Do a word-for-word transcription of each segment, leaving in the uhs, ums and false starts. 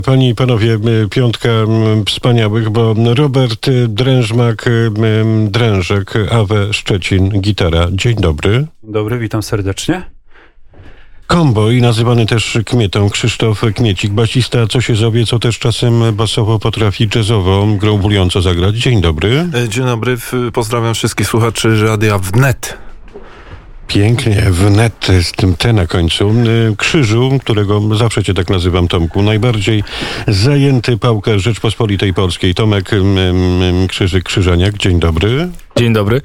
Panie i panowie, piątka wspaniałych, bo Robert Drężmak, Drężek, Awe Szczecin, gitara. Dzień dobry. Dzień dobry, witam serdecznie. Komboj, nazywany też Kmietą, Krzysztof Kmiecik, basista, co się zowie, co też czasem basowo potrafi jazzowo, grąbulująco zagrać. Dzień dobry. Dzień dobry, pozdrawiam wszystkich słuchaczy Radia Wnet. Pięknie, wnet z tym T na końcu. Krzyżu, którego zawsze cię tak nazywam, Tomku, najbardziej zajęty pałkarz Rzeczpospolitej Polskiej. Tomek Krzyżyk Krzyżaniak, dzień dobry. Dzień dobry.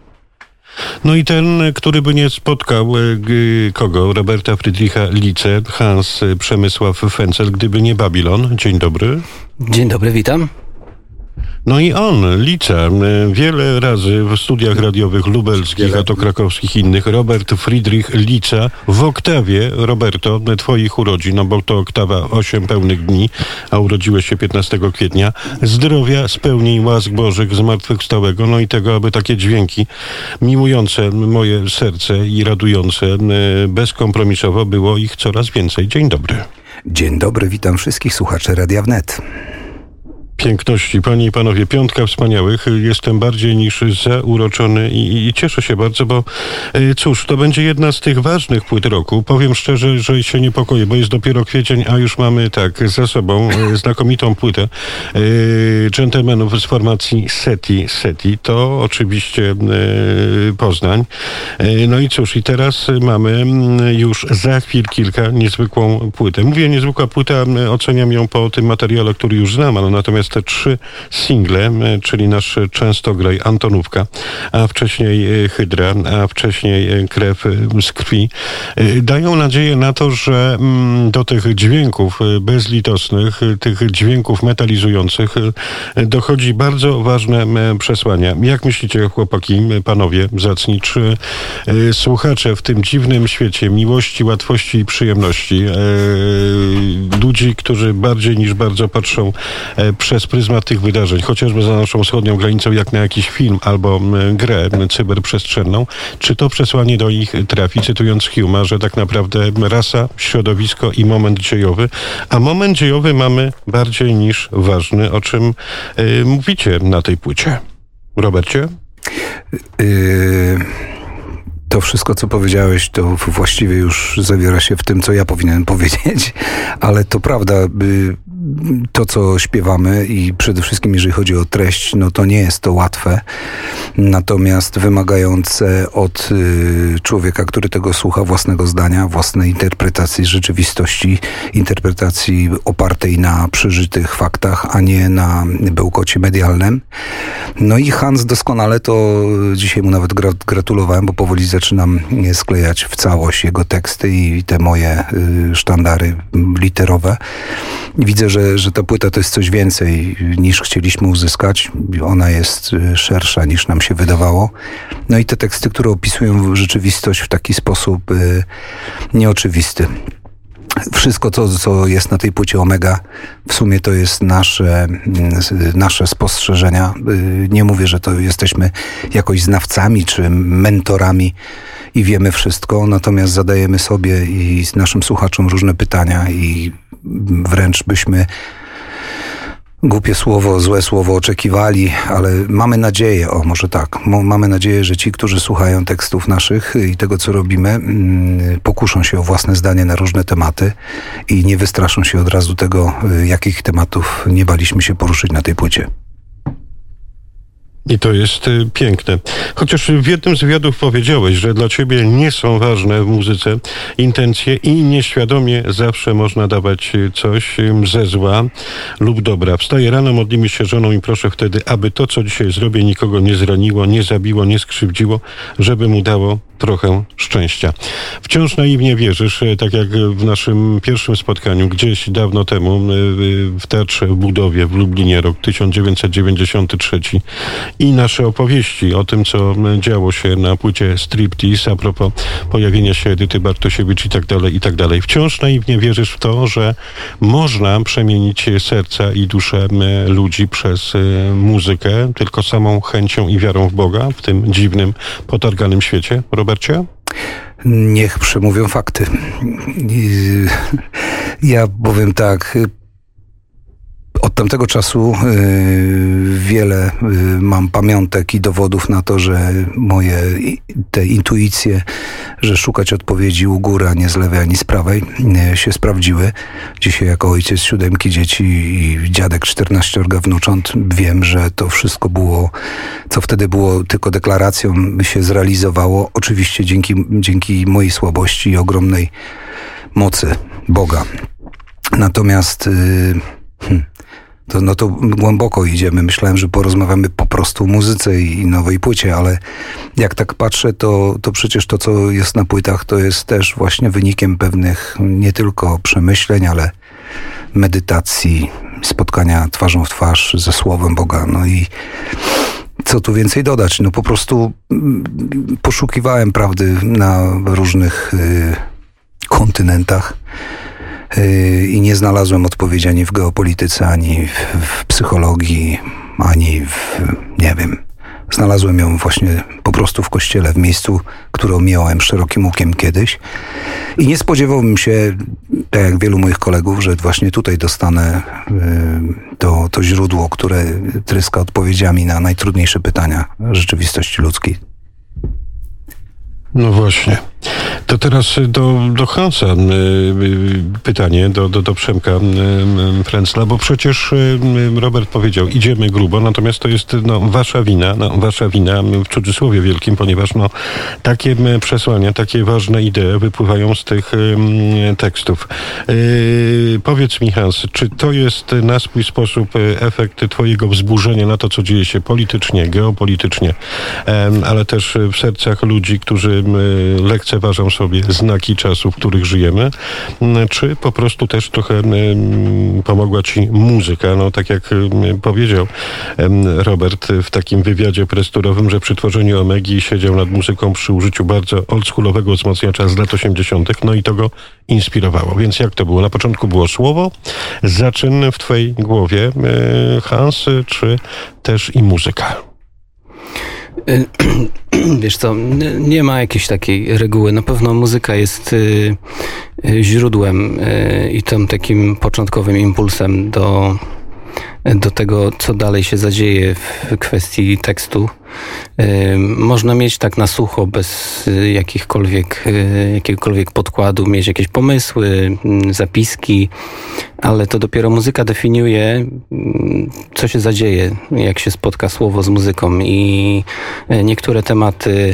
No i ten, który by nie spotkał kogo? Roberta Friedricha Lice, Hans Przemysław Fencel, gdyby nie Babilon. Dzień dobry. Dzień dobry, witam. No i on, Lica, wiele razy w studiach radiowych lubelskich, a to krakowskich i innych, Robert Friedrich Lica w oktawie, Roberto, twoich urodzin, no bo to oktawa osiem pełnych dni, a urodziłeś się piętnastego kwietnia, zdrowia, spełnień, łask Bożych, zmartwychwstałego, no i tego, aby takie dźwięki miłujące moje serce i radujące bezkompromisowo było ich coraz więcej. Dzień dobry. Dzień dobry, witam wszystkich słuchaczy Radia Wnet. Piękności, panie i panowie, piątka wspaniałych. Jestem bardziej niż zauroczony i, i cieszę się bardzo, bo cóż, to będzie jedna z tych ważnych płyt roku. Powiem szczerze, że się niepokoję, bo jest dopiero kwiecień, a już mamy tak za sobą znakomitą płytę yy, dżentelmenów z formacji Seti. Seti to oczywiście yy, Poznań. Yy, no i cóż, i teraz mamy już za chwil kilka niezwykłą płytę. Mówię niezwykła płyta, oceniam ją po tym materiale, który już znam, ale natomiast te trzy single, czyli nasz Częstograj, Antonówka, a wcześniej Hydra, a wcześniej Krew z krwi, dają nadzieję na to, że do tych dźwięków bezlitosnych, tych dźwięków metalizujących dochodzi bardzo ważne przesłania. Jak myślicie, chłopaki, panowie zacni, czy słuchacze w tym dziwnym świecie miłości, łatwości i przyjemności, ludzi, którzy bardziej niż bardzo patrzą przez pryzmat tych wydarzeń, chociażby za naszą wschodnią granicą, jak na jakiś film albo grę cyberprzestrzenną, czy to przesłanie do nich trafi, cytując Huma, że tak naprawdę rasa, środowisko i moment dziejowy, a moment dziejowy mamy bardziej niż ważny, o czym y, mówicie na tej płycie. Robercie? Yy... To wszystko, co powiedziałeś, to właściwie już zawiera się w tym, co ja powinienem powiedzieć, ale to prawda, to, co śpiewamy i przede wszystkim, jeżeli chodzi o treść, no to nie jest to łatwe, natomiast wymagające od człowieka, który tego słucha, własnego zdania, własnej interpretacji rzeczywistości, interpretacji opartej na przeżytych faktach, a nie na bełkocie medialnym. No i Hans doskonale to, dzisiaj mu nawet gratulowałem, bo powoli zaczynam sklejać w całość jego teksty i te moje sztandary literowe. Widzę, że, że ta płyta to jest coś więcej niż chcieliśmy uzyskać. Ona jest szersza niż nam się wydawało. No i te teksty, które opisują rzeczywistość w taki sposób y, nieoczywisty. Wszystko to, co jest na tej płycie Omega, w sumie to jest nasze, nasze spostrzeżenia. Nie mówię, że to jesteśmy jakoś znawcami czy mentorami i wiemy wszystko, natomiast zadajemy sobie i naszym słuchaczom różne pytania i wręcz byśmy, głupie słowo, złe słowo, oczekiwali, ale mamy nadzieję, o może tak, mamy nadzieję, że ci, którzy słuchają tekstów naszych i tego, co robimy, pokuszą się o własne zdanie na różne tematy i nie wystraszą się od razu tego, jakich tematów nie baliśmy się poruszyć na tej płycie. I to jest y, piękne. Chociaż w jednym z wywiadów powiedziałeś, że dla ciebie nie są ważne w muzyce intencje i nieświadomie zawsze można dawać coś y, ze zła lub dobra. Wstaję rano, modlimy się żoną i proszę wtedy, aby to, co dzisiaj zrobię, nikogo nie zraniło, nie zabiło, nie skrzywdziło, żeby mu dało trochę szczęścia. Wciąż naiwnie wierzysz, tak jak w naszym pierwszym spotkaniu, gdzieś dawno temu w Teatrze w Budowie w Lublinie, rok tysiąc dziewięćset dziewięćdziesiąty trzeci, i nasze opowieści o tym, co działo się na płycie Striptease, a propos pojawienia się Edyty Bartosiewicz i tak dalej, i tak dalej. Wciąż naiwnie wierzysz w to, że można przemienić serca i duszę ludzi przez muzykę, tylko samą chęcią i wiarą w Boga w tym dziwnym, potarganym świecie. Robercie? Niech przemówią fakty. Ja powiem tak, tamtego czasu y, wiele y, mam pamiątek i dowodów na to, że moje te intuicje, że szukać odpowiedzi u góry, a nie z lewej, ani z prawej, y, się sprawdziły. Dzisiaj jako ojciec siódemki dzieci i dziadek czternaściorga wnucząt wiem, że to wszystko było, co wtedy było tylko deklaracją, się zrealizowało. Oczywiście dzięki, dzięki mojej słabości i ogromnej mocy Boga. Natomiast y, hmm, to, no to głęboko idziemy. Myślałem, że porozmawiamy po prostu o muzyce i, i nowej płycie, ale jak tak patrzę, to, to przecież to, co jest na płytach, to jest też właśnie wynikiem pewnych nie tylko przemyśleń, ale medytacji, spotkania twarzą w twarz ze Słowem Boga. No i co tu więcej dodać? No po prostu poszukiwałem prawdy na różnych y, kontynentach y, i nie znalazłem odpowiedzi ani w geopolityce, ani w, w psychologii, ani w, nie wiem, znalazłem ją właśnie po prostu w kościele, w miejscu, które omijałem szerokim łukiem kiedyś. I nie spodziewałbym się, tak jak wielu moich kolegów, że właśnie tutaj dostanę y, to, to źródło, które tryska odpowiedziami na najtrudniejsze pytania rzeczywistości ludzkiej. No właśnie. To teraz do, do Hansa y, y, pytanie, do, do, do Przemka y, y, Frenzla, bo przecież y, Robert powiedział, idziemy grubo, natomiast to jest no, wasza wina, no, wasza wina w cudzysłowie wielkim, ponieważ no, takie przesłania, takie ważne idee wypływają z tych y, tekstów. Y, powiedz mi, Hans, czy to jest na swój sposób efekt twojego wzburzenia na to, co dzieje się politycznie, geopolitycznie, y, ale też w sercach ludzi, którzy y, lekceważą sobie znaki czasu, w których żyjemy, czy po prostu też trochę pomogła ci muzyka? No tak jak powiedział Robert w takim wywiadzie presturowym, że przy tworzeniu Omegi siedział nad muzyką przy użyciu bardzo oldschoolowego wzmacniacza z lat osiemdziesiątych, no i to go inspirowało. Więc jak to było? Na początku było słowo, zaczyn w twojej głowie, Hans, czy też i muzyka? Wiesz co, nie ma jakiejś takiej reguły. Na pewno muzyka jest y, y, źródłem y, i tym takim początkowym impulsem do, do tego, co dalej się zadzieje w kwestii tekstu. Y, można mieć tak na sucho, bez y, jakichkolwiek, y, jakiegokolwiek podkładu, mieć jakieś pomysły, y, zapiski, ale to dopiero muzyka definiuje, co się zadzieje, jak się spotka słowo z muzyką i niektóre tematy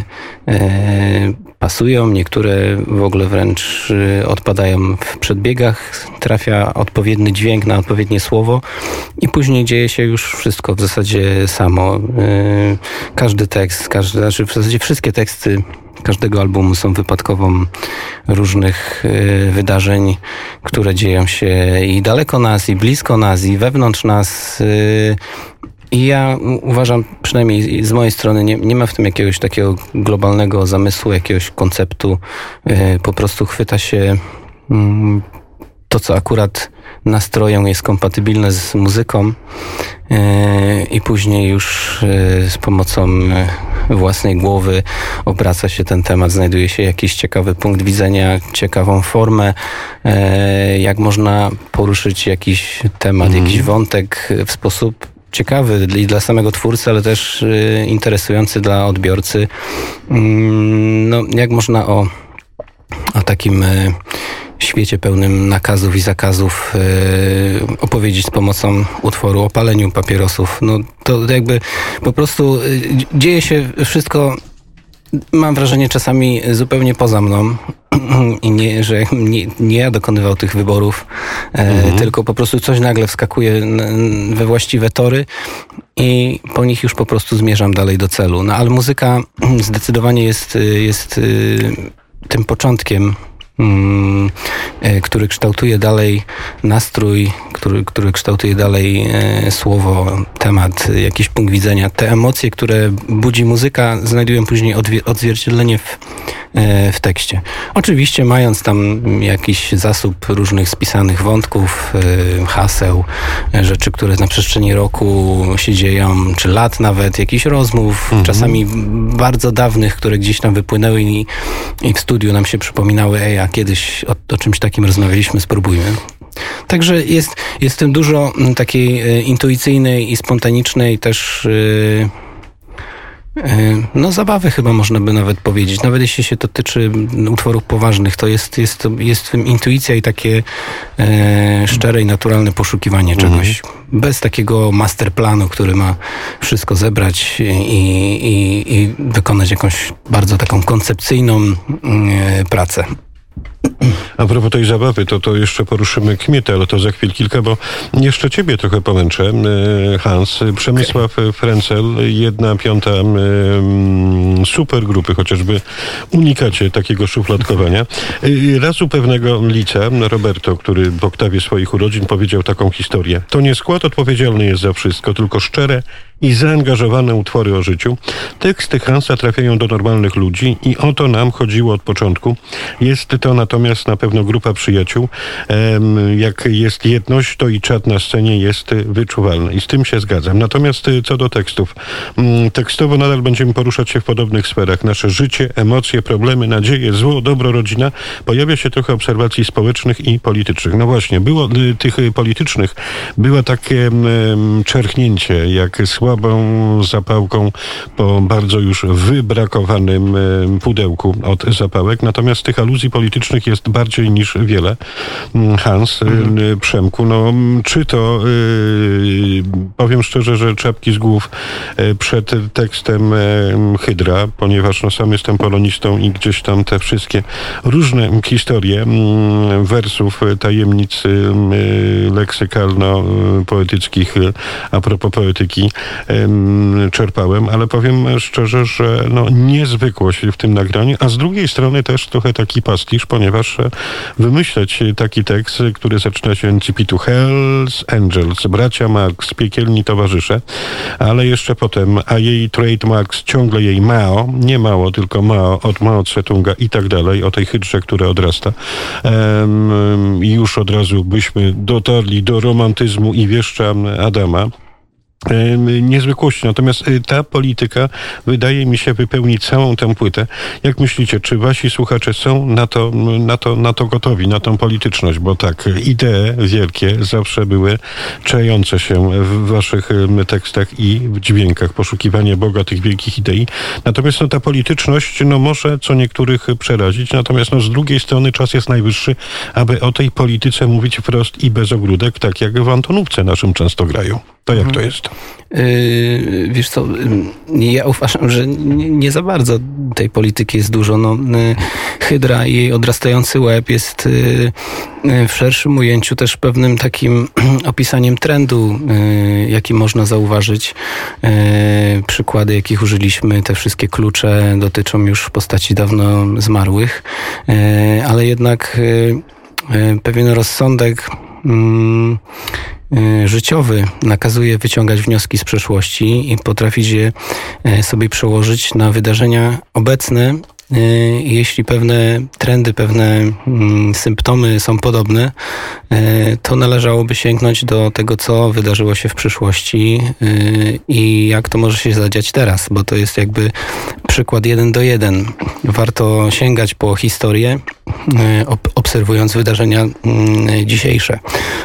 e, pasują, niektóre w ogóle wręcz odpadają w przedbiegach, trafia odpowiedni dźwięk na odpowiednie słowo i później dzieje się już wszystko w zasadzie samo. E, każdy tekst, każdy, znaczy w zasadzie wszystkie teksty każdego albumu są wypadkową różnych y, wydarzeń, które dzieją się i daleko nas, i blisko nas, i wewnątrz nas. Y, I ja uważam, przynajmniej z mojej strony, nie, nie ma w tym jakiegoś takiego globalnego zamysłu, jakiegoś konceptu. Y, po prostu chwyta się y, to, co akurat nastrojem jest kompatybilne z muzyką yy, i później już yy, z pomocą yy, własnej głowy obraca się ten temat, znajduje się jakiś ciekawy punkt widzenia, ciekawą formę, yy, jak można poruszyć jakiś temat, mm. jakiś wątek w sposób ciekawy i dla samego twórcy, ale też yy, interesujący dla odbiorcy. Yy, no, jak można o, o takim yy, świecie pełnym nakazów i zakazów yy, opowiedzieć z pomocą utworu o paleniu papierosów. No to jakby po prostu yy, dzieje się wszystko, mam wrażenie, czasami zupełnie poza mną i nie, że nie, nie ja dokonywał tych wyborów, yy, mhm. tylko po prostu coś nagle wskakuje we właściwe tory i po nich już po prostu zmierzam dalej do celu. No ale muzyka zdecydowanie jest, jest yy, tym początkiem, Hmm, który kształtuje dalej nastrój, który, który kształtuje dalej e, słowo, temat, jakiś punkt widzenia. Te emocje, które budzi muzyka, znajdują później odwie- odzwierciedlenie w, e, w tekście. Oczywiście mając tam jakiś zasób różnych spisanych wątków, e, haseł, e, rzeczy, które na przestrzeni roku się dzieją, czy lat nawet, jakichś rozmów, mhm. czasami bardzo dawnych, które gdzieś tam wypłynęły i, i w studiu nam się przypominały, ej, a kiedyś od o czymś takim rozmawialiśmy, spróbujmy. Także jest, jest w tym dużo takiej intuicyjnej i spontanicznej też yy, no zabawy chyba można by nawet powiedzieć. Nawet jeśli się to tyczy utworów poważnych, to jest, jest, jest w tym intuicja i takie e, szczere i naturalne poszukiwanie czegoś. Mhm. Bez takiego masterplanu, który ma wszystko zebrać i, i, i wykonać jakąś bardzo taką koncepcyjną e, pracę. A propos tej zabawy, to, to jeszcze poruszymy Kmietę, ale to za chwil kilka, bo jeszcze ciebie trochę pomęczę, Hans. Przemysław okay. Frenzel, jedna piąta super grupy, chociażby unikacie takiego szufladkowania. Raz u pewnego lica, Roberto, który w oktawie swoich urodzin powiedział taką historię. To nie skład odpowiedzialny jest za wszystko, tylko szczere i zaangażowane utwory o życiu. Teksty Hansa trafiają do normalnych ludzi i o to nam chodziło od początku. Jest to natomiast na pewno grupa przyjaciół. Jak jest jedność, to i czad na scenie jest wyczuwalny i z tym się zgadzam. Natomiast co do tekstów. Tekstowo nadal będziemy poruszać się w podobnych sferach. Nasze życie, emocje, problemy, nadzieje, zło, dobro, rodzina. Pojawia się trochę obserwacji społecznych i politycznych. No właśnie, było tych politycznych, było takie czerchnięcie, jak słabą zapałką po bardzo już wybrakowanym pudełku od zapałek. Natomiast tych aluzji politycznych jest bardziej niż wiele. Hans, mhm. Przemku, no czy to yy, powiem szczerze, że czapki z głów yy, przed tekstem yy, Hydra, ponieważ no sam jestem polonistą i gdzieś tam te wszystkie różne historie yy, wersów, tajemnic yy, leksykalno-poetyckich yy, a propos poetyki yy, czerpałem, ale powiem szczerze, że no niezwykłość w tym nagraniu, a z drugiej strony też trochę taki pastisz, ponieważ wymyśleć taki tekst, który zaczyna się incipitu Hells Angels, bracia Marx, piekielni towarzysze, ale jeszcze potem, a jej trademarks ciągle jej Mao, nie Mao, tylko Mao, od Mao Tse-tunga i tak dalej, o tej hydrze, która odrasta. Um, już od razu byśmy dotarli do romantyzmu i wieszcza Adama. Niezwykłości. Natomiast ta polityka wydaje mi się wypełnić całą tę płytę. Jak myślicie, czy wasi słuchacze są na to, na to, na to gotowi, na tą polityczność? Bo tak, idee wielkie zawsze były czejące się w waszych tekstach i w dźwiękach. Poszukiwanie Boga tych wielkich idei. Natomiast no, ta polityczność no, może co niektórych przerazić. Natomiast no, z drugiej strony czas jest najwyższy, aby o tej polityce mówić wprost i bez ogródek, tak jak w Antonówce naszym często grają. To jak to jest? Yy, wiesz co, ja uważam, że nie, nie za bardzo tej polityki jest dużo. No, yy, Hydra i jej odrastający łeb jest yy, w szerszym ujęciu też pewnym takim opisaniem trendu, yy, jaki można zauważyć. Yy, przykłady, jakich użyliśmy, te wszystkie klucze dotyczą już postaci dawno zmarłych, yy, ale jednak yy, yy, pewien rozsądek yy, życiowy nakazuje wyciągać wnioski z przeszłości i potrafić je sobie przełożyć na wydarzenia obecne. Jeśli pewne trendy, pewne symptomy są podobne, to należałoby sięgnąć do tego, co wydarzyło się w przyszłości i jak to może się zadziać teraz, bo to jest jakby przykład jeden do jeden. Warto sięgać po historię, obserwując wydarzenia dzisiejsze.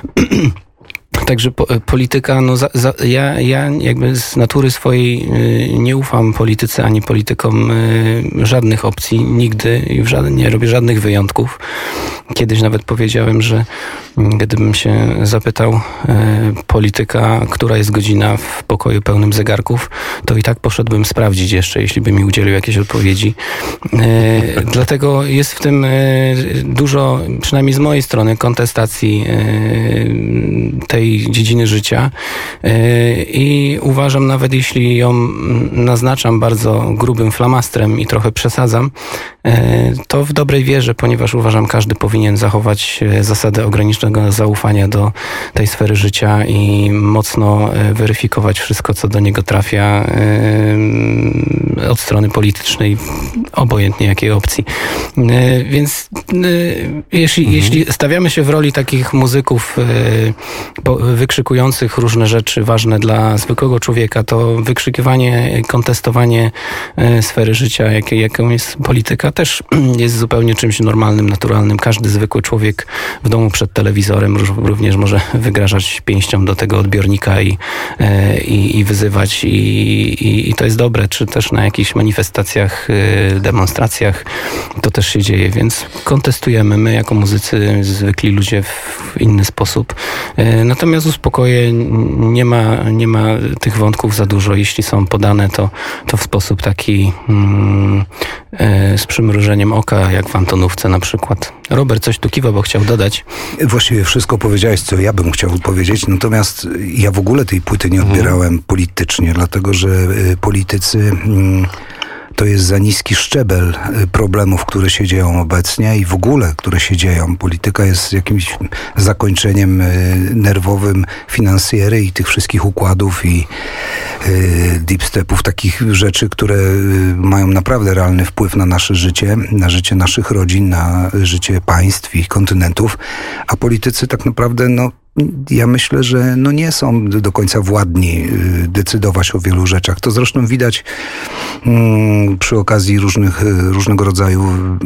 Także po, polityka, no za, za, ja, ja jakby z natury swojej y, nie ufam polityce ani politykom y, żadnych opcji, nigdy i w żaden, nie robię żadnych wyjątków. Kiedyś nawet powiedziałem, że gdybym się zapytał y, polityka, która jest godzina w pokoju pełnym zegarków, to i tak poszedłbym sprawdzić jeszcze, jeśli by mi udzielił jakiejś odpowiedzi. Y, dlatego jest w tym y, dużo, przynajmniej z mojej strony, kontestacji y, tej dziedziny życia i uważam, nawet jeśli ją naznaczam bardzo grubym flamastrem i trochę przesadzam, to w dobrej wierze, ponieważ uważam, każdy powinien zachować zasadę ograniczonego zaufania do tej sfery życia i mocno weryfikować wszystko, co do niego trafia od strony politycznej, obojętnie jakiej opcji. Więc jeśli, mhm. jeśli stawiamy się w roli takich muzyków wykrzykujących różne rzeczy ważne dla zwykłego człowieka, to wykrzykiwanie, kontestowanie sfery życia, jak, jaką jest polityka, też jest zupełnie czymś normalnym, naturalnym. Każdy zwykły człowiek w domu przed telewizorem również może wygrażać pięścią do tego odbiornika i, i, i wyzywać i, i, i to jest dobre, czy też na jakichś manifestacjach, demonstracjach to też się dzieje, więc kontestujemy my jako muzycy, zwykli ludzie w inny sposób. Natomiast uspokoję, nie ma, nie ma tych wątków za dużo. Jeśli są podane, to, to w sposób taki mm, e, z przymrużeniem oka, jak w Antonówce na przykład. Robert coś tu kiwa, bo chciał dodać. Właściwie wszystko powiedziałeś, co ja bym chciał powiedzieć, natomiast ja w ogóle tej płyty nie odbierałem mhm. politycznie, dlatego że politycy... Mm, to jest za niski szczebel problemów, które się dzieją obecnie i w ogóle, które się dzieją. Polityka jest jakimś zakończeniem nerwowym finansjery i tych wszystkich układów i deep stepów, takich rzeczy, które mają naprawdę realny wpływ na nasze życie, na życie naszych rodzin, na życie państw i kontynentów, a politycy tak naprawdę, no, ja myślę, że no nie są do końca władni decydować o wielu rzeczach. To zresztą widać mm, przy okazji różnych, różnego rodzaju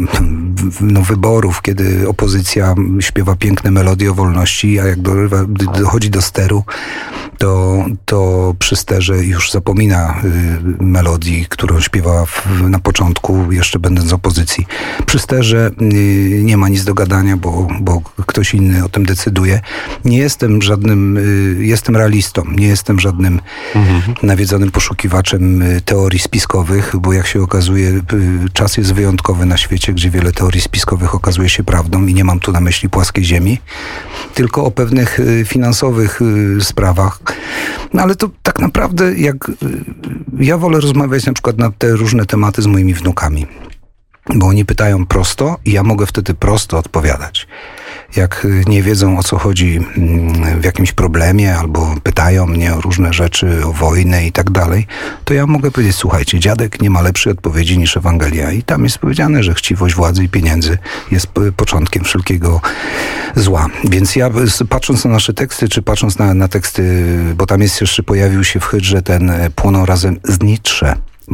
no, wyborów, kiedy opozycja śpiewa piękne melodie o wolności, a jak dorywa, dochodzi do steru, to, to przy sterze już zapomina y, melodii, którą śpiewała w, na początku, jeszcze będąc w opozycji. Przy sterze y, nie ma nic do gadania, bo, bo ktoś inny o tym decyduje. Nie jestem żadnym, y, jestem realistą, nie jestem żadnym mhm. nawiedzonym poszukiwaczem y, teorii spiskowych, bo jak się okazuje, y, czas jest wyjątkowy na świecie, gdzie wiele teorii spiskowych okazuje się prawdą i nie mam tu na myśli płaskiej ziemi, tylko o pewnych y, finansowych y, sprawach. No ale to tak naprawdę, jak y, ja wolę rozmawiać na przykład na te różne tematy z moimi wnukami, bo oni pytają prosto i ja mogę wtedy prosto odpowiadać. Jak nie wiedzą, o co chodzi w jakimś problemie, albo pytają mnie o różne rzeczy, o wojnę i tak dalej, to ja mogę powiedzieć, słuchajcie, dziadek nie ma lepszej odpowiedzi niż Ewangelia. I tam jest powiedziane, że chciwość władzy i pieniędzy jest początkiem wszelkiego zła. Więc ja, patrząc na nasze teksty, czy patrząc na, na teksty, bo tam jest jeszcze, pojawił się w Hydrze ten Płoną razem z Nietzsche.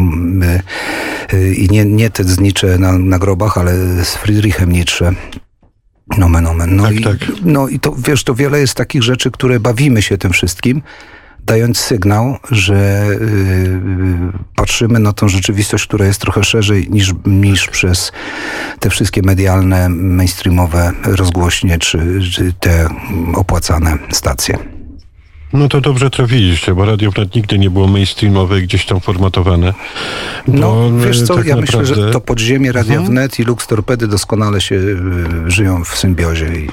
I nie, nie te z Nietzsche na, na grobach, ale z Friedrichem Nietzsche. Nomen, omen. No, tak, i, tak. no i to, wiesz, to wiele jest takich rzeczy, które bawimy się tym wszystkim, dając sygnał, że yy, patrzymy na tą rzeczywistość, która jest trochę szerzej niż, niż przez te wszystkie medialne, mainstreamowe rozgłośnie, czy, czy te opłacane stacje. No to dobrze trafiliście, bo Radio Wnet nigdy nie było mainstreamowe i gdzieś tam formatowane. No wiesz co, tak ja naprawdę... myślę, że to podziemie Radia hmm? Wnet i Lux Torpedy doskonale się y, żyją w symbiozie i,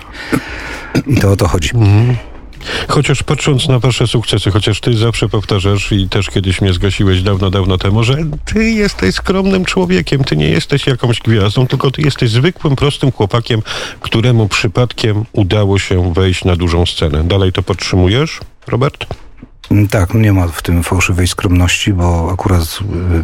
i to o to chodzi. Hmm. Chociaż patrząc na wasze sukcesy, chociaż ty zawsze powtarzasz i też kiedyś mnie zgasiłeś dawno, dawno temu, że ty jesteś skromnym człowiekiem, ty nie jesteś jakąś gwiazdą, tylko ty jesteś zwykłym, prostym chłopakiem, któremu przypadkiem udało się wejść na dużą scenę. Dalej to podtrzymujesz, Robert? Tak, nie ma w tym fałszywej skromności, bo akurat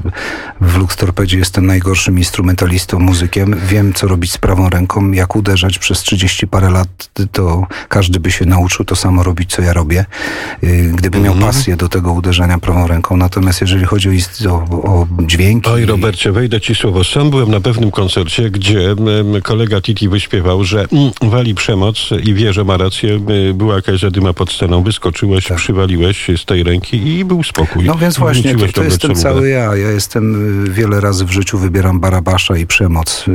w Lux Torpedzie jestem najgorszym instrumentalistą, muzykiem. Wiem, co robić z prawą ręką, jak uderzać przez trzydzieści parę lat, to każdy by się nauczył to samo robić, co ja robię, gdyby miał Mhm. pasję do tego uderzenia prawą ręką. Natomiast jeżeli chodzi o, o, o dźwięki... Oj, Robercie, wejdę ci słowo. Sam byłem na pewnym koncercie, gdzie m, kolega Titi wyśpiewał, że mm, wali przemoc i wie, że ma rację. M, była jakaś zadyma pod sceną, wyskoczyłeś, tak. przywaliłeś z tej ręki i był spokój. No więc właśnie, to, to dobre jestem celówę. cały ja. Ja jestem, wiele razy w życiu wybieram Barabasza i przemoc,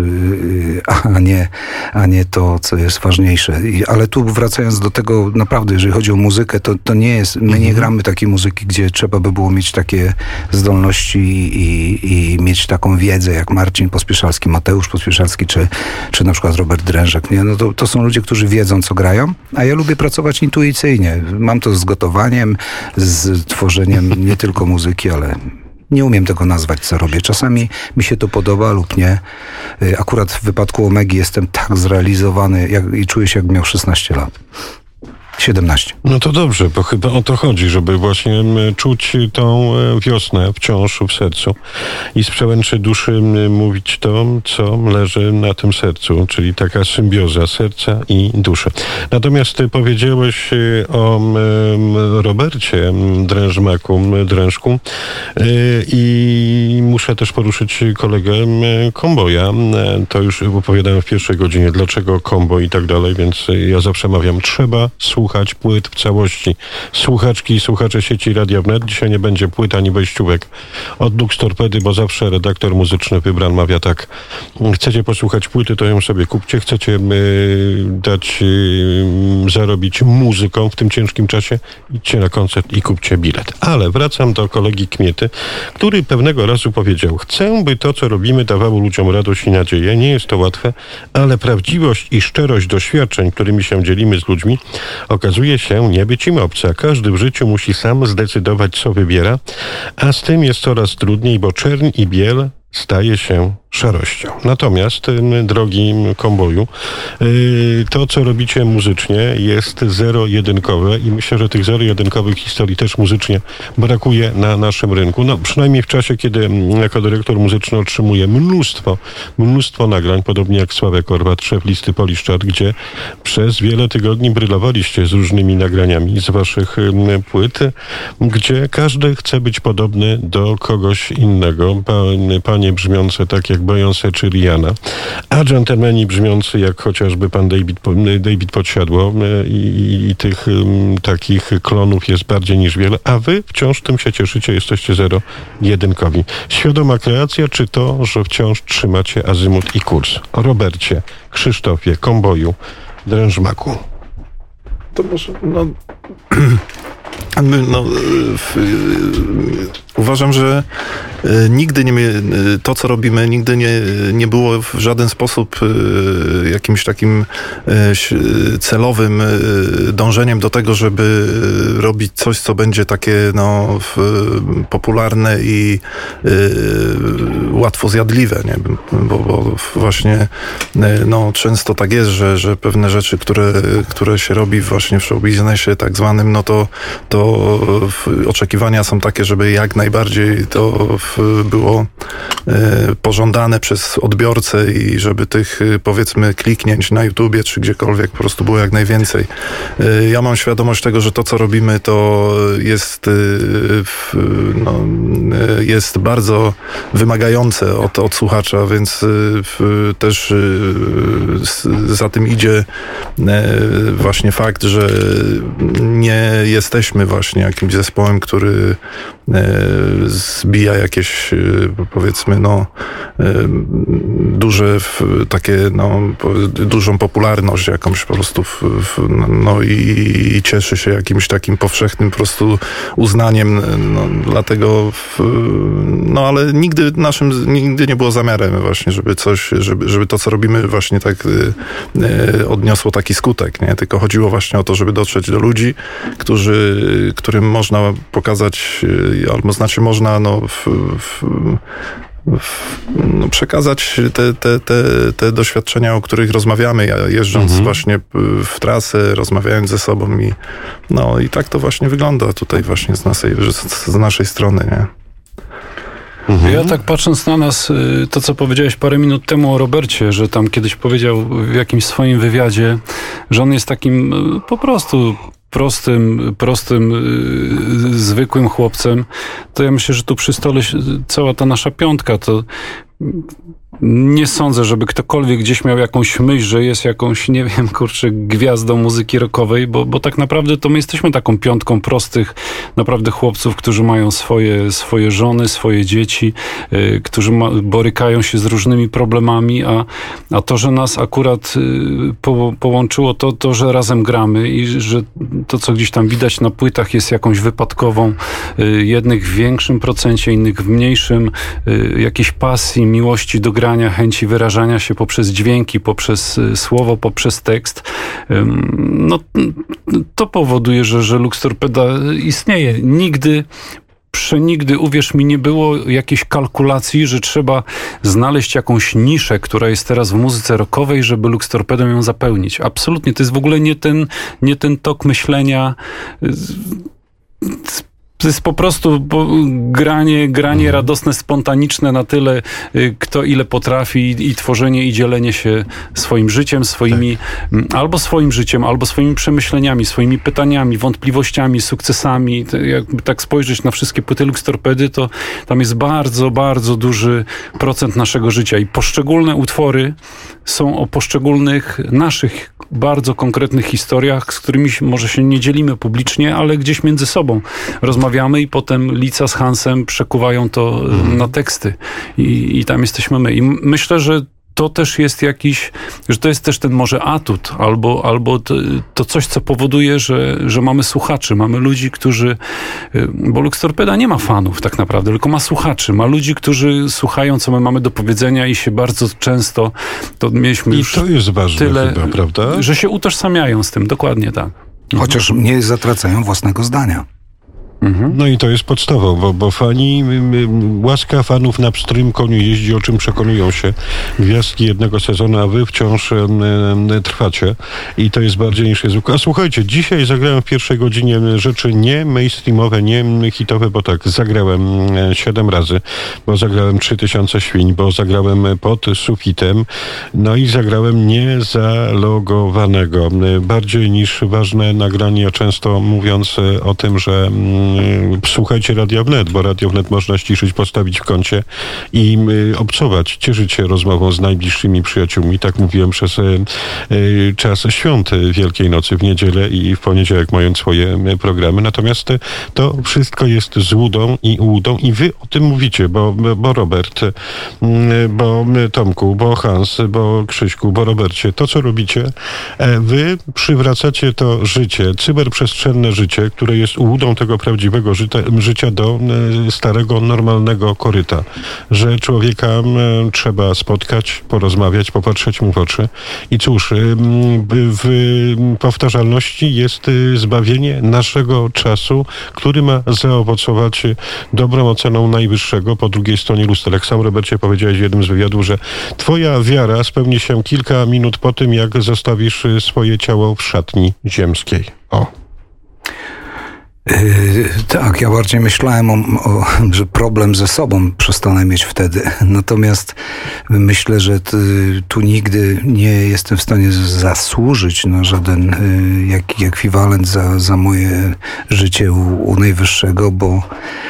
a nie, a nie to, co jest ważniejsze. I, ale tu wracając do tego, naprawdę, jeżeli chodzi o muzykę, to, to nie jest, my nie Mhm. gramy takiej muzyki, gdzie trzeba by było mieć takie zdolności i, i mieć taką wiedzę, jak Marcin Pospieszalski, Mateusz Pospieszalski, czy, czy na przykład Robert Drężek. Nie? No to, to są ludzie, którzy wiedzą, co grają, a ja lubię pracować intuicyjnie. Mam to z gotowaniem, z tworzeniem nie tylko muzyki, ale nie umiem tego nazwać, co robię. Czasami mi się to podoba lub nie. Akurat w wypadku Omegi jestem tak zrealizowany jak, i czuję się, jak miał szesnaście lat. siedemnaście. No to dobrze, bo chyba o to chodzi, żeby właśnie czuć tą wiosnę wciąż w sercu i z przełęczy duszy mówić to, co leży na tym sercu, czyli taka symbioza serca i duszy. Natomiast ty powiedziałeś o Robercie Drężmaku, Drężku i muszę też poruszyć kolegę Komboja. To już opowiadałem w pierwszej godzinie, dlaczego Kombo i tak dalej, więc ja zawsze mawiam, trzeba słuchać płyt w całości. Słuchaczki i słuchacze sieci Radia Wnet, dzisiaj nie będzie płyt ani wejściówek od Lux Torpedy, bo zawsze redaktor muzyczny wybran mawia tak, chcecie posłuchać płyty, to ją sobie kupcie, chcecie y, dać y, zarobić muzyką w tym ciężkim czasie, idźcie na koncert i kupcie bilet. Ale wracam do kolegi Kmiety, który pewnego razu powiedział, chcę, by to, co robimy, dawało ludziom radość i nadzieję. Nie jest to łatwe, ale prawdziwość i szczerość doświadczeń, którymi się dzielimy z ludźmi, okazuje się nie być im obca. Każdy w życiu musi sam zdecydować, co wybiera, a z tym jest coraz trudniej, bo czerń i biel staje się szarością. Natomiast, drogi Komboju, to, co robicie muzycznie, jest zero-jedynkowe i myślę, że tych zero-jedynkowych historii też muzycznie brakuje na naszym rynku. No, przynajmniej w czasie, kiedy jako dyrektor muzyczny otrzymuję mnóstwo, mnóstwo nagrań, podobnie jak Sławek Korwat, szef listy Polish Chart, gdzie przez wiele tygodni brylowaliście z różnymi nagraniami z waszych płyt, gdzie każdy chce być podobny do kogoś innego. Panie brzmiące tak jak Beyoncé czy Rihanna, a dżentelmeni brzmiący jak chociażby pan David, David Podsiadło i, i, i tych um, takich klonów jest bardziej niż wiele, a wy wciąż tym się cieszycie, jesteście zero-jedynkowi. Świadoma kreacja, czy to, że wciąż trzymacie azymut i kurs? O Robercie, Krzysztofie, Komboju, Drężmaku. To może, no... No, w, uważam, że nigdy nie to, co robimy, nigdy nie, nie było w żaden sposób jakimś takim celowym dążeniem do tego, żeby robić coś, co będzie takie no, popularne i łatwo zjadliwe, nie? Bo, bo właśnie no, często tak jest, że, że pewne rzeczy, które, które się robi właśnie w show biznesie tak zwanym, no to to oczekiwania są takie, żeby jak najbardziej to było pożądane przez odbiorcę i żeby tych, powiedzmy, kliknięć na YouTubie czy gdziekolwiek po prostu było jak najwięcej. Ja mam świadomość tego, że to, co robimy, to jest, no, jest bardzo wymagające od, od słuchacza, więc też za tym idzie właśnie fakt, że nie jesteśmy właśnie jakimś zespołem, który zbija jakieś, powiedzmy, no duże, takie, no dużą popularność jakąś po prostu w, w, no i, i cieszy się jakimś takim powszechnym po prostu uznaniem, no dlatego w, no ale nigdy naszym, nigdy nie było zamiarem właśnie, żeby coś, żeby, żeby to, co robimy właśnie tak e, odniosło taki skutek, nie? Tylko chodziło właśnie o to, żeby dotrzeć do ludzi, którzy, którym można pokazać, albo znaczy można no, w, w, w, no, przekazać te, te, te, te doświadczenia, o których rozmawiamy, ja jeżdżąc mhm. właśnie w trasę, rozmawiając ze sobą i no i tak to właśnie wygląda tutaj właśnie z naszej, z naszej strony, nie? Mhm. Ja tak patrząc na nas, to co powiedziałeś parę minut temu o Robercie, że tam kiedyś powiedział w jakimś swoim wywiadzie, że on jest takim po prostu prostym, prostym, yy, zwykłym chłopcem, to ja myślę, że tu przy stole cała ta nasza piątka, to nie sądzę, żeby ktokolwiek gdzieś miał jakąś myśl, że jest jakąś, nie wiem, kurczę, gwiazdą muzyki rockowej, bo, bo tak naprawdę to my jesteśmy taką piątką prostych, naprawdę chłopców, którzy mają swoje, swoje żony, swoje dzieci, yy, którzy ma, borykają się z różnymi problemami, a, a to, że nas akurat yy, po, połączyło, to, to, że razem gramy i że to, co gdzieś tam widać na płytach, jest jakąś wypadkową, yy, jednych w większym procencie, innych w mniejszym, yy, jakiejś pasji, miłości do grania, chęci wyrażania się poprzez dźwięki, poprzez słowo, poprzez tekst. No, to powoduje, że, że Lux Torpeda istnieje. Nigdy Przenigdy, uwierz mi, nie było jakiejś kalkulacji, że trzeba znaleźć jakąś niszę, która jest teraz w muzyce rockowej, żeby Lux Torpedo ją zapełnić. Absolutnie, to jest w ogóle nie ten, nie ten tok myślenia. To jest po prostu granie, granie mhm. radosne, spontaniczne na tyle, kto ile potrafi i, i tworzenie i dzielenie się swoim życiem, swoimi, tak. albo swoim życiem, albo swoimi przemyśleniami, swoimi pytaniami, wątpliwościami, sukcesami. Jakby tak spojrzeć na wszystkie płyty Lux Torpedy, to tam jest bardzo, bardzo duży procent naszego życia i poszczególne utwory są o poszczególnych naszych bardzo konkretnych historiach, z którymi może się nie dzielimy publicznie, ale gdzieś między sobą rozmawiamy i potem Lica z Hansem przekuwają to mm. na teksty I, i tam jesteśmy my. I myślę, że to też jest jakiś, że to jest też ten może atut, albo, albo to, to coś, co powoduje, że, że mamy słuchaczy, mamy ludzi, którzy, bo Lux Torpeda nie ma fanów tak naprawdę, tylko ma słuchaczy, ma ludzi, którzy słuchają, co my mamy do powiedzenia i się bardzo często, to mieliśmy I już to jest ważne tyle, chyba, prawda? Że się utożsamiają z tym, dokładnie tak. Chociaż nie zatracają własnego zdania. Mhm. No i to jest podstawą, bo, bo fani, łaska fanów na pstrym koniu jeździ, o czym przekonują się gwiazdki jednego sezonu, a wy wciąż e, e, trwacie i to jest bardziej niż jest. A słuchajcie, dzisiaj zagrałem w pierwszej godzinie rzeczy nie mainstreamowe, nie hitowe, bo tak, zagrałem siedem razy, bo zagrałem trzy tysiące świń, bo zagrałem pod sufitem, no i zagrałem niezalogowanego. Bardziej niż ważne nagrania, często mówiąc o tym, że słuchajcie Radio Wnet, bo Radio Wnet można ściszyć, postawić w kącie i y, obcować, cieszyć się rozmową z najbliższymi przyjaciółmi. Tak mówiłem przez y, y, czas świąt Wielkiej Nocy w niedzielę i w poniedziałek, mając swoje y, programy. Natomiast y, to wszystko jest złudą i ułudą i wy o tym mówicie, bo, bo Robert, y, bo Tomku, bo Hans, bo Krzyśku, bo Robercie, to co robicie, e, wy przywracacie to życie, cyberprzestrzenne życie, które jest ułudą tego prawdziwego życia, życia do starego, normalnego koryta. Że człowieka trzeba spotkać, porozmawiać, popatrzeć mu w oczy. I cóż, w powtarzalności jest zbawienie naszego czasu, który ma zaowocować dobrą oceną najwyższego po drugiej stronie lustra. Jak sam, Robercie, powiedziałeś w jednym z wywiadów, że twoja wiara spełni się kilka minut po tym, jak zostawisz swoje ciało w szatni ziemskiej. O. Yy, tak, ja bardziej myślałem, o, o, że problem ze sobą przestanę mieć wtedy. Natomiast myślę, że t, tu nigdy nie jestem w stanie zasłużyć na żaden y, jak, ekwiwalent za, za moje życie u, u Najwyższego, bo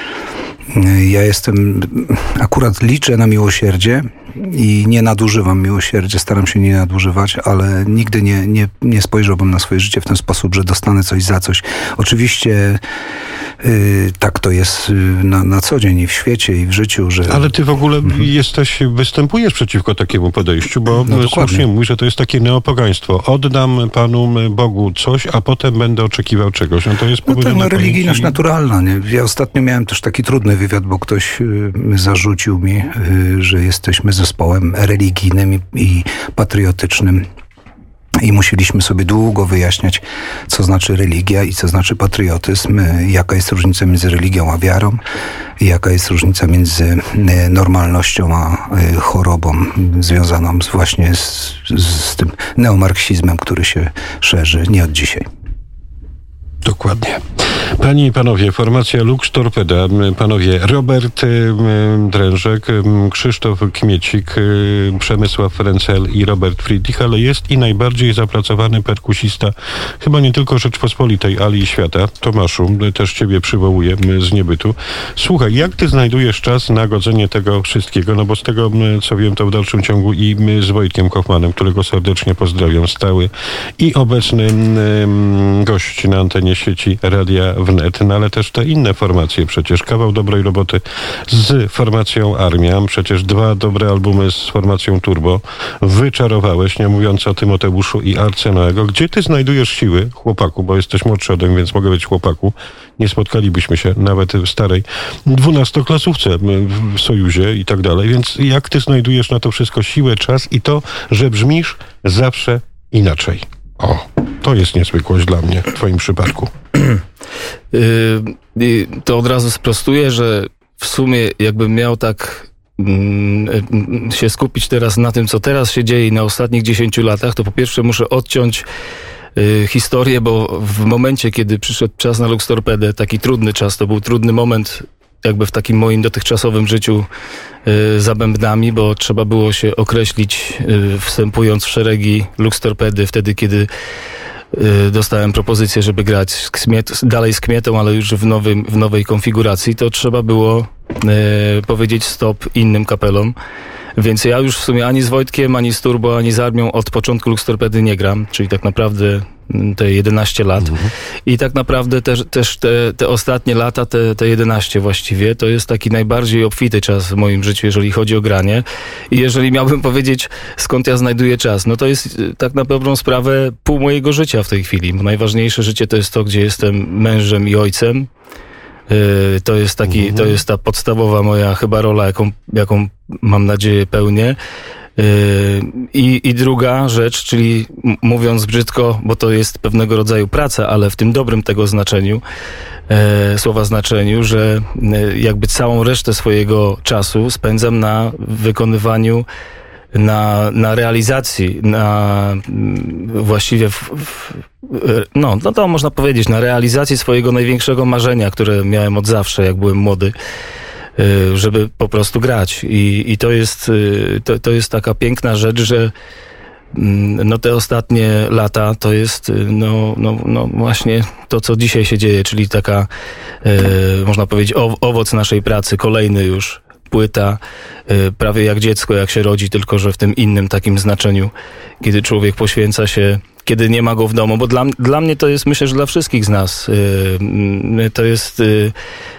y, ja jestem, akurat liczę na miłosierdzie i nie nadużywam miłosierdzia, staram się nie nadużywać, ale nigdy nie, nie, nie spojrzałbym na swoje życie w ten sposób, że dostanę coś za coś. Oczywiście yy, tak to jest na, na co dzień i w świecie, i w życiu, że... Ale ty w ogóle mhm. jesteś, występujesz przeciwko takiemu podejściu, bo no, słusznie mówisz, że to jest takie neopogaństwo. Oddam Panu Bogu coś, a potem będę oczekiwał czegoś. No to jest no tak, no, religijność i... naturalna. Nie? Ja ostatnio miałem też taki trudny wywiad, bo ktoś yy, zarzucił mi, yy, że jesteśmy zespołem religijnym i, i patriotycznym. I musieliśmy sobie długo wyjaśniać, co znaczy religia i co znaczy patriotyzm, jaka jest różnica między religią a wiarą, i jaka jest różnica między normalnością a chorobą związaną z właśnie z, z tym neomarksizmem, który się szerzy nie od dzisiaj. Dokładnie. Panie i panowie, formacja Lux Torpeda, panowie Robert Drężek, Krzysztof Kmiecik, Przemysław Frencel i Robert Friedrich, ale jest i najbardziej zapracowany perkusista, chyba nie tylko Rzeczpospolitej, ale i świata. Tomaszu, też ciebie przywołuję z niebytu. Słuchaj, jak ty znajdujesz czas na godzenie tego wszystkiego? No bo z tego, co wiem, to w dalszym ciągu i z Wojtkiem Hoffmanem, którego serdecznie pozdrawiam, stały i obecny gość na antenie sieci Radia Wnet, no ale też te inne formacje, przecież kawał dobrej roboty z formacją Armia, przecież dwa dobre albumy z formacją Turbo, wyczarowałeś, nie mówiąc o Tymoteuszu i Arce Noego. Gdzie ty znajdujesz siły, chłopaku, bo jesteś młodszy ode mnie, więc mogę być chłopaku, nie spotkalibyśmy się nawet w starej dwunastoklasówce w Sojuzie i tak dalej, więc jak ty znajdujesz na to wszystko siłę, czas i to, że brzmisz zawsze inaczej? O, to jest niezwykłość dla mnie w twoim przypadku. Yy, to od razu sprostuję, że w sumie jakbym miał tak yy, się skupić teraz na tym, co teraz się dzieje na ostatnich dziesięciu latach, to po pierwsze muszę odciąć yy, historię, bo w momencie, kiedy przyszedł czas na Lux Torpedę, taki trudny czas, to był trudny moment jakby w takim moim dotychczasowym życiu yy, za bębnami, bo trzeba było się określić yy, wstępując w szeregi Lux Torpedy, wtedy kiedy yy, dostałem propozycję, żeby grać z Kmiet, dalej z Kmietą, ale już w, nowym, w nowej konfiguracji, to trzeba było yy, powiedzieć stop innym kapelom. Więc ja już w sumie ani z Wojtkiem, ani z Turbo, ani z Armią od początku Lux Torpedy nie gram, czyli tak naprawdę te jedenaście lat. Mhm. I tak naprawdę też, też te, te ostatnie lata, te, te jedenaście właściwie, to jest taki najbardziej obfity czas w moim życiu, jeżeli chodzi o granie. I jeżeli miałbym powiedzieć, skąd ja znajduję czas, no to jest tak na dobrą sprawę pół mojego życia w tej chwili. Bo najważniejsze życie to jest to, gdzie jestem mężem i ojcem. Yy, to jest taki, mhm. to jest ta podstawowa moja chyba rola, jaką, jaką mam nadzieję pełnię. I, I druga rzecz, czyli mówiąc brzydko, bo to jest pewnego rodzaju praca, ale w tym dobrym tego znaczeniu, e, słowa znaczeniu, że e, jakby całą resztę swojego czasu spędzam na wykonywaniu, na, na realizacji, na właściwie w, w, no, no to można powiedzieć, na realizacji swojego największego marzenia, które miałem od zawsze, jak byłem młody, żeby po prostu grać. I, i to jest, to, to jest taka piękna rzecz, że no te ostatnie lata to jest no, no, no właśnie to, co dzisiaj się dzieje, czyli taka, e, można powiedzieć, o, owoc naszej pracy, kolejny już, płyta, e, prawie jak dziecko, jak się rodzi, tylko że w tym innym takim znaczeniu, kiedy człowiek poświęca się, kiedy nie ma go w domu, bo dla, dla mnie to jest, myślę, że dla wszystkich z nas, e, to jest... E,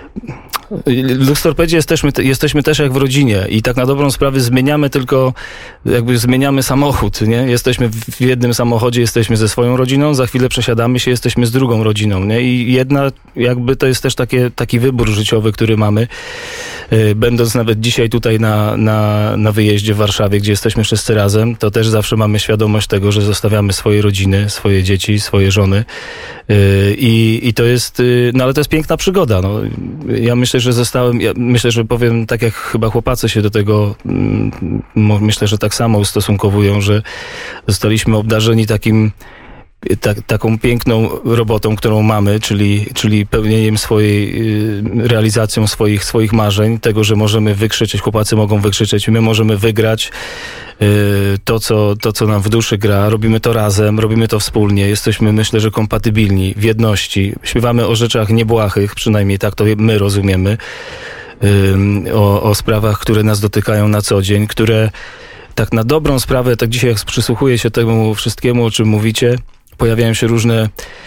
w Lux Torpedzie jesteśmy, jesteśmy też jak w rodzinie i tak na dobrą sprawę zmieniamy tylko, jakby zmieniamy samochód, nie? Jesteśmy w jednym samochodzie, jesteśmy ze swoją rodziną, za chwilę przesiadamy się, jesteśmy z drugą rodziną, nie? I jedna, jakby to jest też takie, taki wybór życiowy, który mamy, yy, będąc nawet dzisiaj tutaj na, na, na wyjeździe w Warszawie, gdzie jesteśmy wszyscy razem, to też zawsze mamy świadomość tego, że zostawiamy swoje rodziny, swoje dzieci, swoje żony yy, i, i to jest, yy, no ale to jest piękna przygoda, no. Ja myślę, że zostałem, ja myślę, że powiem tak jak chyba chłopacy się do tego, myślę, że tak samo ustosunkowują, że zostaliśmy obdarzeni takim, tak, taką piękną robotą, którą mamy, czyli, czyli pełnieniem swojej, realizacją swoich, swoich marzeń, tego, że możemy wykrzyczeć, chłopacy mogą wykrzyczeć, my możemy wygrać to co, to, co nam w duszy gra, robimy to razem, robimy to wspólnie, jesteśmy, myślę, że kompatybilni, w jedności, śpiewamy o rzeczach niebłahych, przynajmniej tak to my rozumiemy, o, o sprawach, które nas dotykają na co dzień, które tak na dobrą sprawę, tak dzisiaj jak przysłuchuję się temu wszystkiemu, o czym mówicie, pojawiają się różne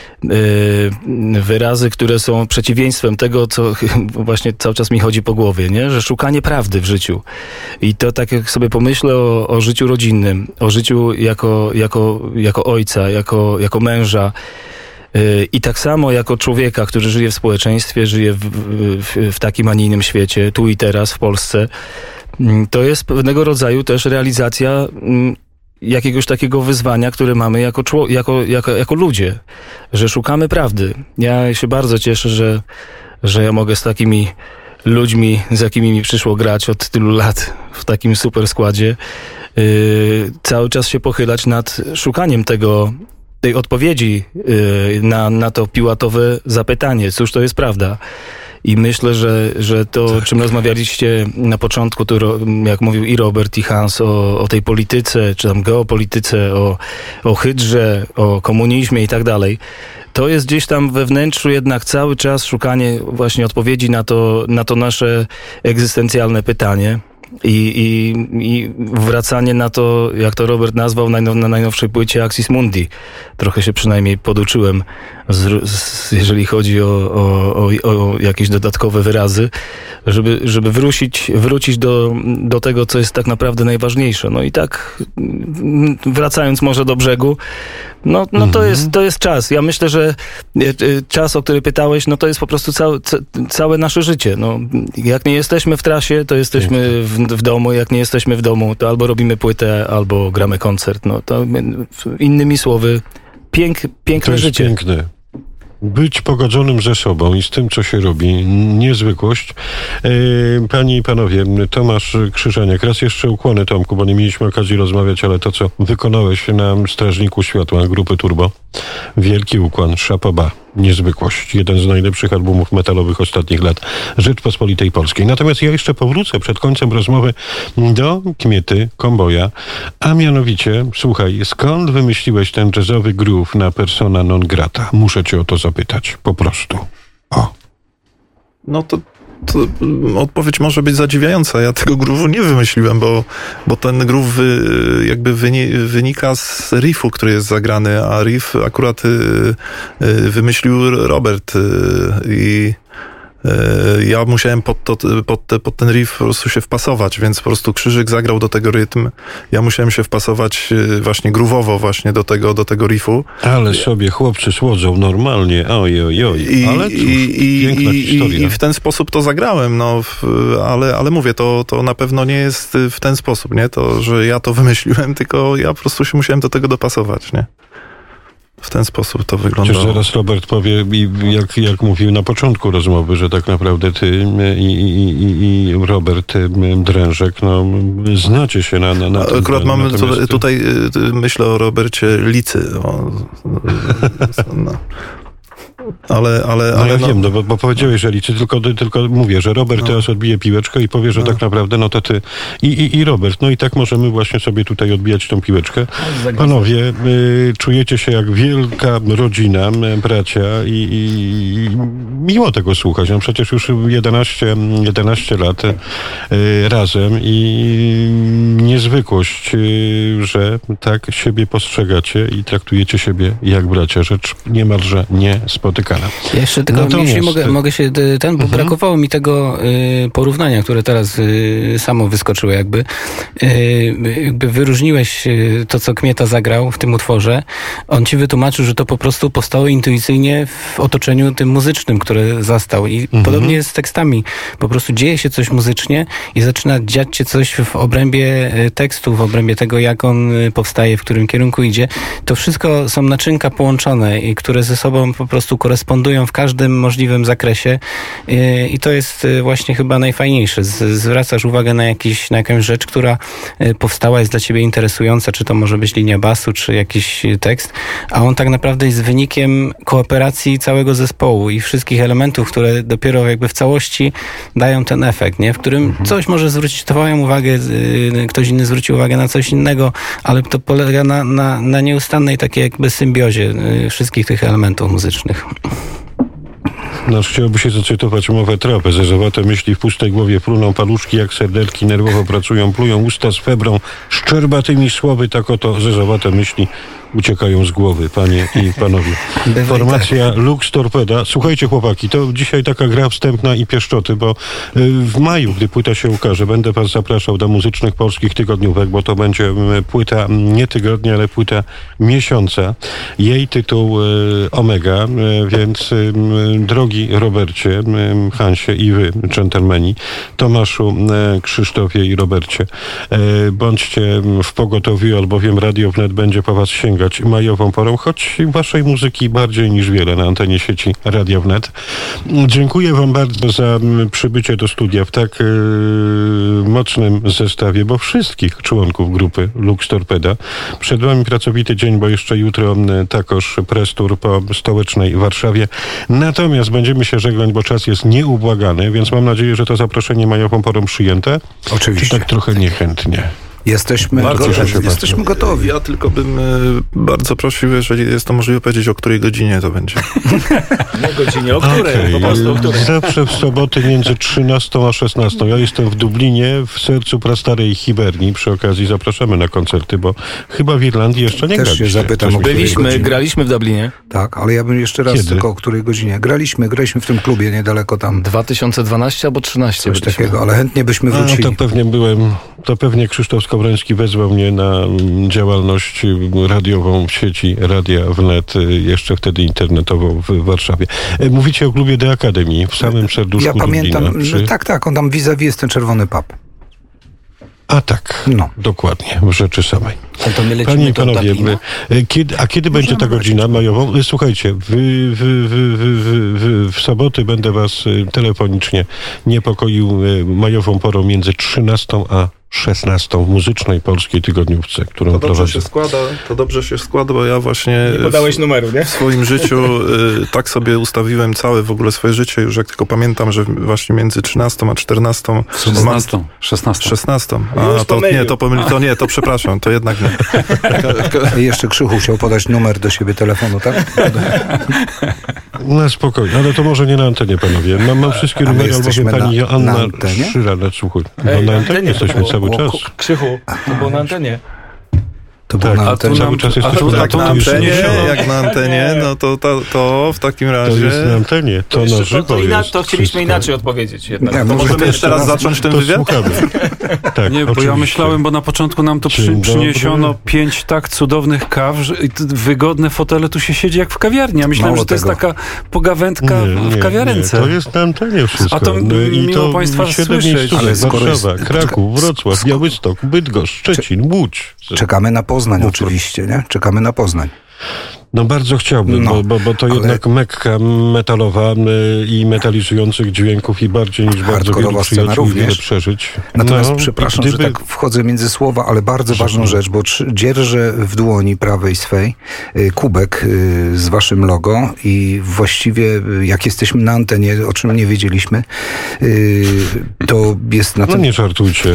y, wyrazy, które są przeciwieństwem tego, co właśnie cały czas mi chodzi po głowie, nie? Że szukanie prawdy w życiu. I to tak jak sobie pomyślę o, o życiu rodzinnym, o życiu jako, jako, jako ojca, jako, jako męża, y, i tak samo jako człowieka, który żyje w społeczeństwie, żyje w, w, w takim, a nie innym świecie, tu i teraz w Polsce, to jest pewnego rodzaju też realizacja y, jakiegoś takiego wyzwania, które mamy jako, czło- jako, jako, jako ludzie, że szukamy prawdy. Ja się bardzo cieszę, że, że ja mogę z takimi ludźmi, z jakimi mi przyszło grać od tylu lat w takim super składzie, yy, cały czas się pochylać nad szukaniem tego, tej odpowiedzi yy, na, na to piłatowe zapytanie. Cóż to jest prawda? I myślę, że, że to, o czym rozmawialiście na początku, to jak mówił i Robert, i Hans, o, o tej polityce, czy tam geopolityce, o, o hydrze, o komunizmie i tak dalej, to jest gdzieś tam we wnętrzu jednak cały czas szukanie właśnie odpowiedzi na to, na to nasze egzystencjalne pytanie. I, i, I wracanie na to, jak to Robert nazwał na, na najnowszej płycie Axis Mundi. Trochę się przynajmniej poduczyłem, z, z, jeżeli chodzi o, o, o, o jakieś dodatkowe wyrazy, żeby, żeby wrócić, wrócić do, do tego, co jest tak naprawdę najważniejsze. No i tak wracając może do brzegu, no, no to, jest, to jest czas. Ja myślę, że czas, o który pytałeś, no to jest po prostu całe, całe nasze życie. No, jak nie jesteśmy w trasie, to jesteśmy w, w domu. Jak nie jesteśmy w domu, to albo robimy płytę, albo gramy koncert. No to innymi słowy, pięk, piękne to jest życie. Piękne. być pogodzonym ze sobą i z tym, co się robi. Niezwykłość. Panie i panowie, Tomasz Krzyżaniak, raz jeszcze ukłony, Tomku, bo nie mieliśmy okazji rozmawiać, ale to, co wykonałeś na Strażniku Światła grupy Turbo, wielki ukłon, szapoba, niezwykłość. Jeden z najlepszych albumów metalowych ostatnich lat Rzeczpospolitej Polskiej. Natomiast ja jeszcze powrócę przed końcem rozmowy do Kmiety Komboja, a mianowicie, słuchaj, skąd wymyśliłeś ten jazzowy groove na persona non grata? Muszę cię o to zapytać, po prostu. O. No to, to odpowiedź może być zadziwiająca. Ja tego groove'u nie wymyśliłem, bo, bo ten groove wy, jakby wyni, wynika z riffu, który jest zagrany, a riff akurat y, y, wymyślił Robert y, i ja musiałem pod, to, pod, te, pod ten riff po prostu się wpasować, więc po prostu Krzyżyk zagrał do tego rytm. Ja musiałem się wpasować właśnie groove'owo właśnie do tego, do tego riffu. Ale sobie chłopcy słodzą normalnie, oj, oj, oj. I, ale cóż, i, piękna i, historia. I w ten sposób to zagrałem, no, ale, ale mówię, to, to na pewno nie jest w ten sposób, nie? To, że ja to wymyśliłem, tylko ja po prostu się musiałem do tego dopasować, nie? W ten sposób to wygląda. Chociaż zaraz Robert powie, jak, jak mówił na początku rozmowy, że tak naprawdę ty i, i, i, i Robert Drężek, no, znacie się na, na, na Akurat tym. Akurat mamy natomiast... tutaj, myślę o Robercie Licy. O, no. Ale, ale, no ale ja no... wiem, no, bo, bo powiedziałeś, że liczy, tylko, tylko mówię, że Robert no. teraz odbije piłeczkę i powie, że no. tak naprawdę, no to ty i, i, i Robert, no i tak możemy właśnie sobie tutaj odbijać tą piłeczkę. Panowie, y, czujecie się jak wielka rodzina, bracia i, i, i miło tego słuchać. No przecież już jedenaście lat y, razem i niezwykłość, y, że tak siebie postrzegacie i traktujecie siebie jak bracia. Rzecz niemalże nie spotykana. Ja jeszcze tylko, Natomiast... jeśli mogę, mogę się, ten, bo mhm. brakowało mi tego y, porównania, które teraz y, samo wyskoczyło jakby. Y, jakby wyróżniłeś y, to, co Kmieta zagrał w tym utworze. On ci wytłumaczył, że to po prostu powstało intuicyjnie w otoczeniu tym muzycznym, które zastał. I mhm. podobnie jest z tekstami. Po prostu dzieje się coś muzycznie i zaczyna dziać się coś w obrębie tekstu, w obrębie tego, jak on powstaje, w którym kierunku idzie. To wszystko są naczynka połączone i które ze sobą po prostu korespondują w każdym możliwym zakresie i to jest właśnie chyba najfajniejsze. Zwracasz uwagę na, jakiś, na jakąś rzecz, która powstała, jest dla ciebie interesująca, czy to może być linia basu, czy jakiś tekst, a on tak naprawdę jest wynikiem kooperacji całego zespołu i wszystkich elementów, które dopiero jakby w całości dają ten efekt, nie? W którym mhm. coś może zwrócić twoją uwagę, ktoś inny zwróci uwagę na coś innego, ale to polega na, na, na nieustannej takiej jakby symbiozie wszystkich tych elementów muzycznych. No, chciałoby się zacytować mowę Tropę. Zerzowate myśli w pustej głowie pruną paluszki jak serdelki, nerwowo pracują, plują usta z febrą, szczerbatymi słowy, tak oto zerzowate myśli uciekają z głowy, panie i panowie. Formacja tak. Lux Torpeda. Słuchajcie, chłopaki, to dzisiaj taka gra wstępna i pieszczoty, bo w maju, gdy płyta się ukaże, będę was zapraszał do muzycznych polskich tygodniówek, bo to będzie płyta nie tygodnia, ale płyta miesiąca. Jej tytuł Omega, więc drogi Robercie, Hansie i wy, dżentelmeni, Tomaszu, Krzysztofie i Robercie, bądźcie w pogotowiu, albowiem Radio Wnet będzie po was sięgać majową porą, choć waszej muzyki bardziej niż wiele na antenie sieci Radia Wnet. Dziękuję wam bardzo za przybycie do studia w tak yy, mocnym zestawie, bo wszystkich członków grupy Lux Torpeda. Przed wami pracowity dzień, bo jeszcze jutro takoż press tour po stołecznej Warszawie. Natomiast będziemy się żegnać, bo czas jest nieubłagany, więc mam nadzieję, że to zaproszenie majową porą przyjęte. Oczywiście. Czy tak trochę niechętnie? Jesteśmy, bardzo, gotowi, jesteśmy gotowi. Ja tylko bym e, bardzo prosił, jeżeli jest to możliwe, powiedzieć, o której godzinie to będzie. O godzinie, o której? Okay. Po prostu o której. Zawsze w soboty między trzynastą a szesnastą. Ja jestem w Dublinie, w sercu prastarej Hiberni. Przy okazji zapraszamy na koncerty, bo chyba w Irlandii jeszcze nie Też graliście. Się zapytam, o Byliśmy, graliśmy w Dublinie. Tak, ale ja bym jeszcze raz Kiedy? tylko o której godzinie. Graliśmy, graliśmy w tym klubie niedaleko tam. dwa tysiące dwanaście albo trzynaście. Coś byliśmy. Takiego, ale chętnie byśmy wrócili. A, to pewnie byłem, to pewnie Krzysztof Skowroński wezwał mnie na działalność radiową w sieci Radia Wnet, jeszcze wtedy internetową w Warszawie. Mówicie o klubie The Academy w samym serduszku Ja pamiętam, Dublina, czy... tak, tak, on tam vis-a-vis jest ten czerwony pub. A tak, no. Dokładnie, w rzeczy samej. Ale to my lecimy Panie i do panowie, Dublina? kiedy, a kiedy będzie ta godzina majową? Słuchajcie, w, w, w, w, w, w soboty będę was telefonicznie niepokoił majową porą między trzynastą a szesnastą w muzycznej polskiej tygodniówce, którą To dobrze prowadzę. się składa, to dobrze się składa, bo ja właśnie Nie podałeś w, numeru, nie? w swoim życiu y, tak sobie ustawiłem całe w ogóle swoje życie, już jak tylko pamiętam, że właśnie między trzynastą a czternastą szesnastą. szesnastą. szesnastą. Już A, to pomylił. nie, to pomyli, to nie, to przepraszam, to jednak nie. Jeszcze Krzychu chciał podać numer do siebie telefonu, tak? Na spokojnie, ale to może nie na antenie, panowie. Mam, mam wszystkie A my numery, albowiem jesteśmy pani na- Joanna na antenie? Szyra, na słuchaj. No, Ej, na na antenie antenie jesteśmy to cały było. czas. Krzychu, to było na antenie. To było Tak, na a tu antenie. cały czas a jesteśmy tu- na a Jak tu na nam antenie, przyniesiono. jak na antenie, no to, to, to w takim To razie... jest na antenie, to, jeszcze- na żywo to, ina- jest to chcieliśmy wszystko. inaczej odpowiedzieć jednak. Nie, To może możemy Możemy jeszcze raz raz- zacząć ten To wywiad? słuchamy. Tak, Nie, bo ja oczywiście. myślałem, bo na początku nam to przy, Dzień przyniesiono dobry. pięć tak cudownych kaw, że i t- wygodne fotele, tu się siedzi jak w kawiarni. Ja myślałem, Mało że to jest tego. taka pogawędka Nie, w nie, kawiarence. Nie, to jest na antenie wszystko. A to No i miło to państwa siedem słyszeć. miejsc, Ale skoro Warszawa, jest- Kraków, Wrocław, Sk- Białystok, Bydgoszcz, Szczecin, Łódź. Czekamy na Poznań Mów, oczywiście, nie? Czekamy na Poznań. No bardzo chciałbym, No, bo, bo, bo to ale- jednak mekka metalowa y, i metalizujących dźwięków i bardziej niż bardzo Hardkorowa wielu scena przyjaciół i wiele również. przeżyć. Natomiast No, przepraszam, gdyby- że tak wchodzę między słowa, ale bardzo ważną rzecz, bo trzy- dzierżę w dłoni prawej swej y, kubek y, z waszym logo i właściwie y, jak jesteśmy na antenie, o czym nie wiedzieliśmy, y, to jest na No tym... nie żartujcie.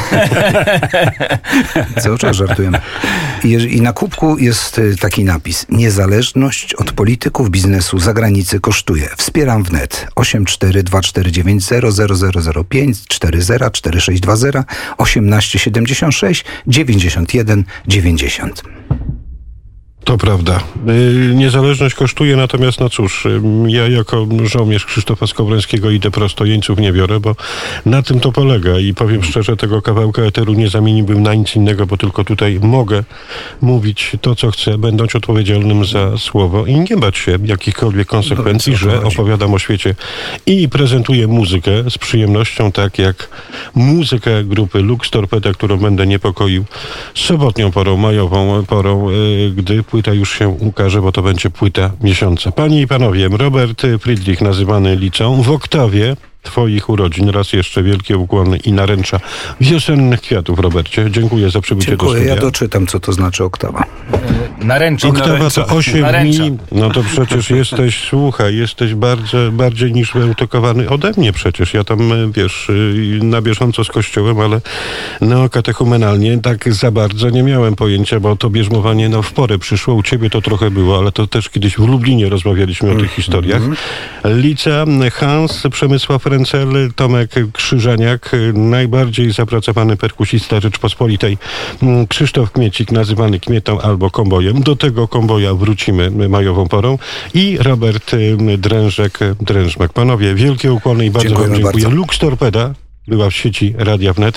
Cały czas żartujemy. I, jeż- I na kubku jest y, taki napis. Niezależność od polityków biznesu zagranicy kosztuje. Wspieram wnet. osiem cztery dwa cztery dziewięć zero zero zero zero pięć cztery zero cztery sześć dwa zero osiemnaście siedemdziesiąt sześć dziewięćdziesiąt jeden dziewięćdziesiąt. To prawda. Y, Niezależność kosztuje, natomiast no cóż, y, ja jako żołnierz Krzysztofa Skowrońskiego idę prosto, jeńców nie biorę, bo na tym to polega i powiem szczerze, tego kawałka eteru nie zamieniłbym na nic innego, bo tylko tutaj mogę mówić to, co chcę, będąc odpowiedzialnym za słowo i nie bać się jakichkolwiek konsekwencji, No, co to że chodzi? opowiadam o świecie i prezentuję muzykę z przyjemnością, tak jak muzykę grupy Lux Torpeda, którą będę niepokoił sobotnią porą, majową porą, y, gdy płyta już się ukaże, bo to będzie płyta miesiąca. Panie i panowie, Robert Friedrich, nazywany Licą, w oktawie twoich urodzin. Raz jeszcze wielkie ukłony i naręcza wiosennych kwiatów, Robercie. Dziękuję za przybycie do Dziękuję. studia. Ja doczytam, co to znaczy oktawa. Naręcznik. Oktawa to osiem Naręcza. dni. No to przecież jesteś, słuchaj, jesteś bardzo, bardziej niż wyeutokowany ode mnie przecież. Ja tam, wiesz, na bieżąco z kościołem, ale no katechumenalnie tak za bardzo nie miałem pojęcia, bo to bierzmowanie no w porę przyszło. U ciebie to trochę było, ale to też kiedyś w Lublinie rozmawialiśmy o tych historiach. Lica, Hans, Przemysław Rencel, Tomek Krzyżaniak, najbardziej zapracowany perkusista Rzeczpospolitej, Krzysztof Kmiecik, nazywany Kmietą albo Kombojem. Do tego Komboja wrócimy majową porą i Robert Drężek, Drężmek. Panowie, wielkie ukłony i bardzo Dziękujemy wam dziękuję. bardzo. Lux Torpeda była w sieci Radia Wnet.